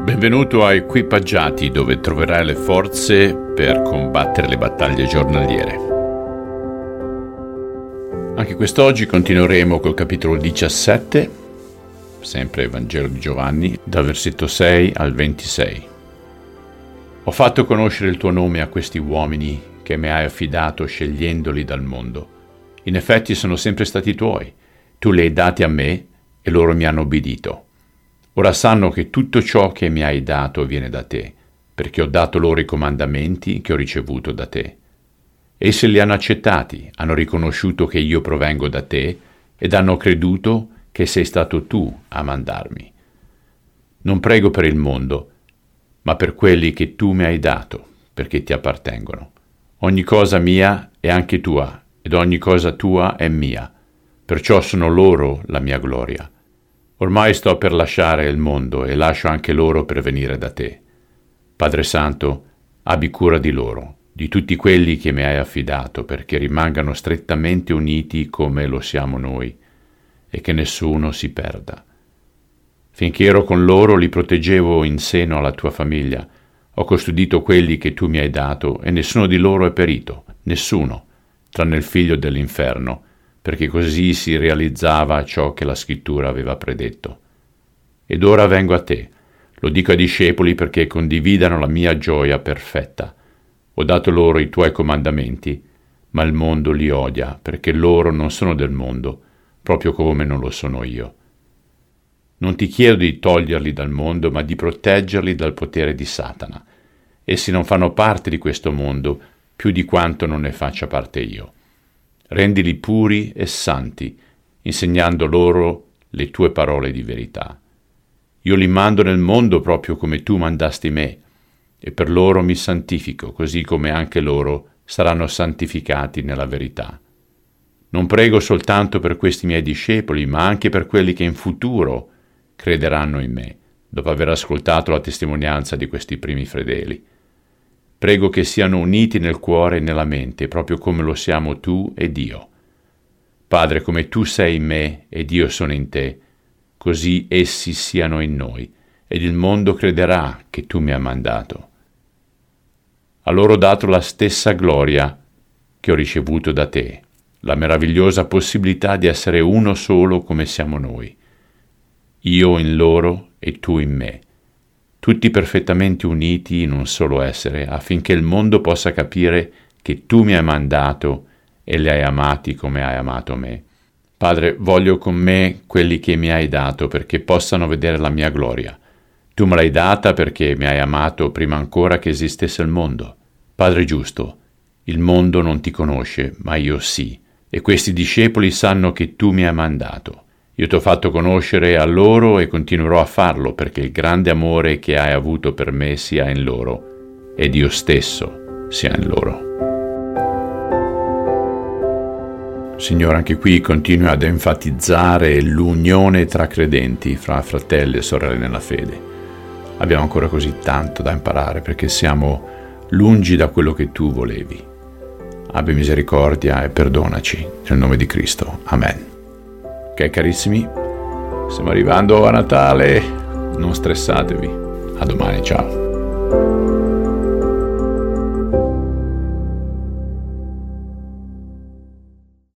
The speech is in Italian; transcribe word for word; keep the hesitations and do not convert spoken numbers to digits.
Benvenuto a Equipaggiati, dove troverai le forze per combattere le battaglie giornaliere. Anche quest'oggi continueremo col capitolo diciassette, sempre Vangelo di Giovanni, dal versetto sei al ventisei. Ho fatto conoscere il tuo nome a questi uomini che mi hai affidato scegliendoli dal mondo. In effetti sono sempre stati tuoi, tu li hai dati a me e loro mi hanno obbedito. Ora sanno che tutto ciò che mi hai dato viene da te, perché ho dato loro i comandamenti che ho ricevuto da te. Essi li hanno accettati, hanno riconosciuto che io provengo da te ed hanno creduto che sei stato tu a mandarmi. Non prego per il mondo, ma per quelli che tu mi hai dato, perché ti appartengono. Ogni cosa mia è anche tua, ed ogni cosa tua è mia, perciò sono loro la mia gloria. Ormai sto per lasciare il mondo e lascio anche loro per venire da te. Padre Santo, abbi cura di loro, di tutti quelli che mi hai affidato, perché rimangano strettamente uniti come lo siamo noi, e che nessuno si perda. Finché ero con loro li proteggevo in seno alla tua famiglia. Ho custodito quelli che tu mi hai dato e nessuno di loro è perito, nessuno, tranne il figlio dell'inferno, perché così si realizzava ciò che la Scrittura aveva predetto. Ed ora vengo a te, lo dico ai discepoli perché condividano la mia gioia perfetta. Ho dato loro i tuoi comandamenti, ma il mondo li odia, perché loro non sono del mondo, proprio come non lo sono io. Non ti chiedo di toglierli dal mondo, ma di proteggerli dal potere di Satana. Essi non fanno parte di questo mondo, più di quanto non ne faccia parte io. Rendili puri e santi, insegnando loro le tue parole di verità. Io li mando nel mondo proprio come tu mandasti me, e per loro mi santifico, così come anche loro saranno santificati nella verità. Non prego soltanto per questi miei discepoli, ma anche per quelli che in futuro crederanno in me, dopo aver ascoltato la testimonianza di questi primi fedeli. Prego che siano uniti nel cuore e nella mente, proprio come lo siamo tu ed io. Padre, come tu sei in me ed io sono in te, così essi siano in noi, ed il mondo crederà che tu mi hai mandato. A loro ho dato la stessa gloria che ho ricevuto da te, la meravigliosa possibilità di essere uno solo come siamo noi. Io in loro e tu in me, tutti perfettamente uniti in un solo essere, affinché il mondo possa capire che tu mi hai mandato e li hai amati come hai amato me. Padre, voglio con me quelli che mi hai dato, perché possano vedere la mia gloria. Tu me l'hai data perché mi hai amato prima ancora che esistesse il mondo. Padre giusto, il mondo non ti conosce, ma io sì, e questi discepoli sanno che tu mi hai mandato. Io ti ho fatto conoscere a loro e continuerò a farlo, perché il grande amore che hai avuto per me sia in loro ed io stesso sia in loro. Signore, anche qui continui ad enfatizzare l'unione tra credenti, fra fratelli e sorelle nella fede. Abbiamo ancora così tanto da imparare, perché siamo lungi da quello che tu volevi. Abbi misericordia e perdonaci, nel nome di Cristo. Amen. Ok, carissimi, stiamo arrivando a Natale, non stressatevi. A domani, ciao.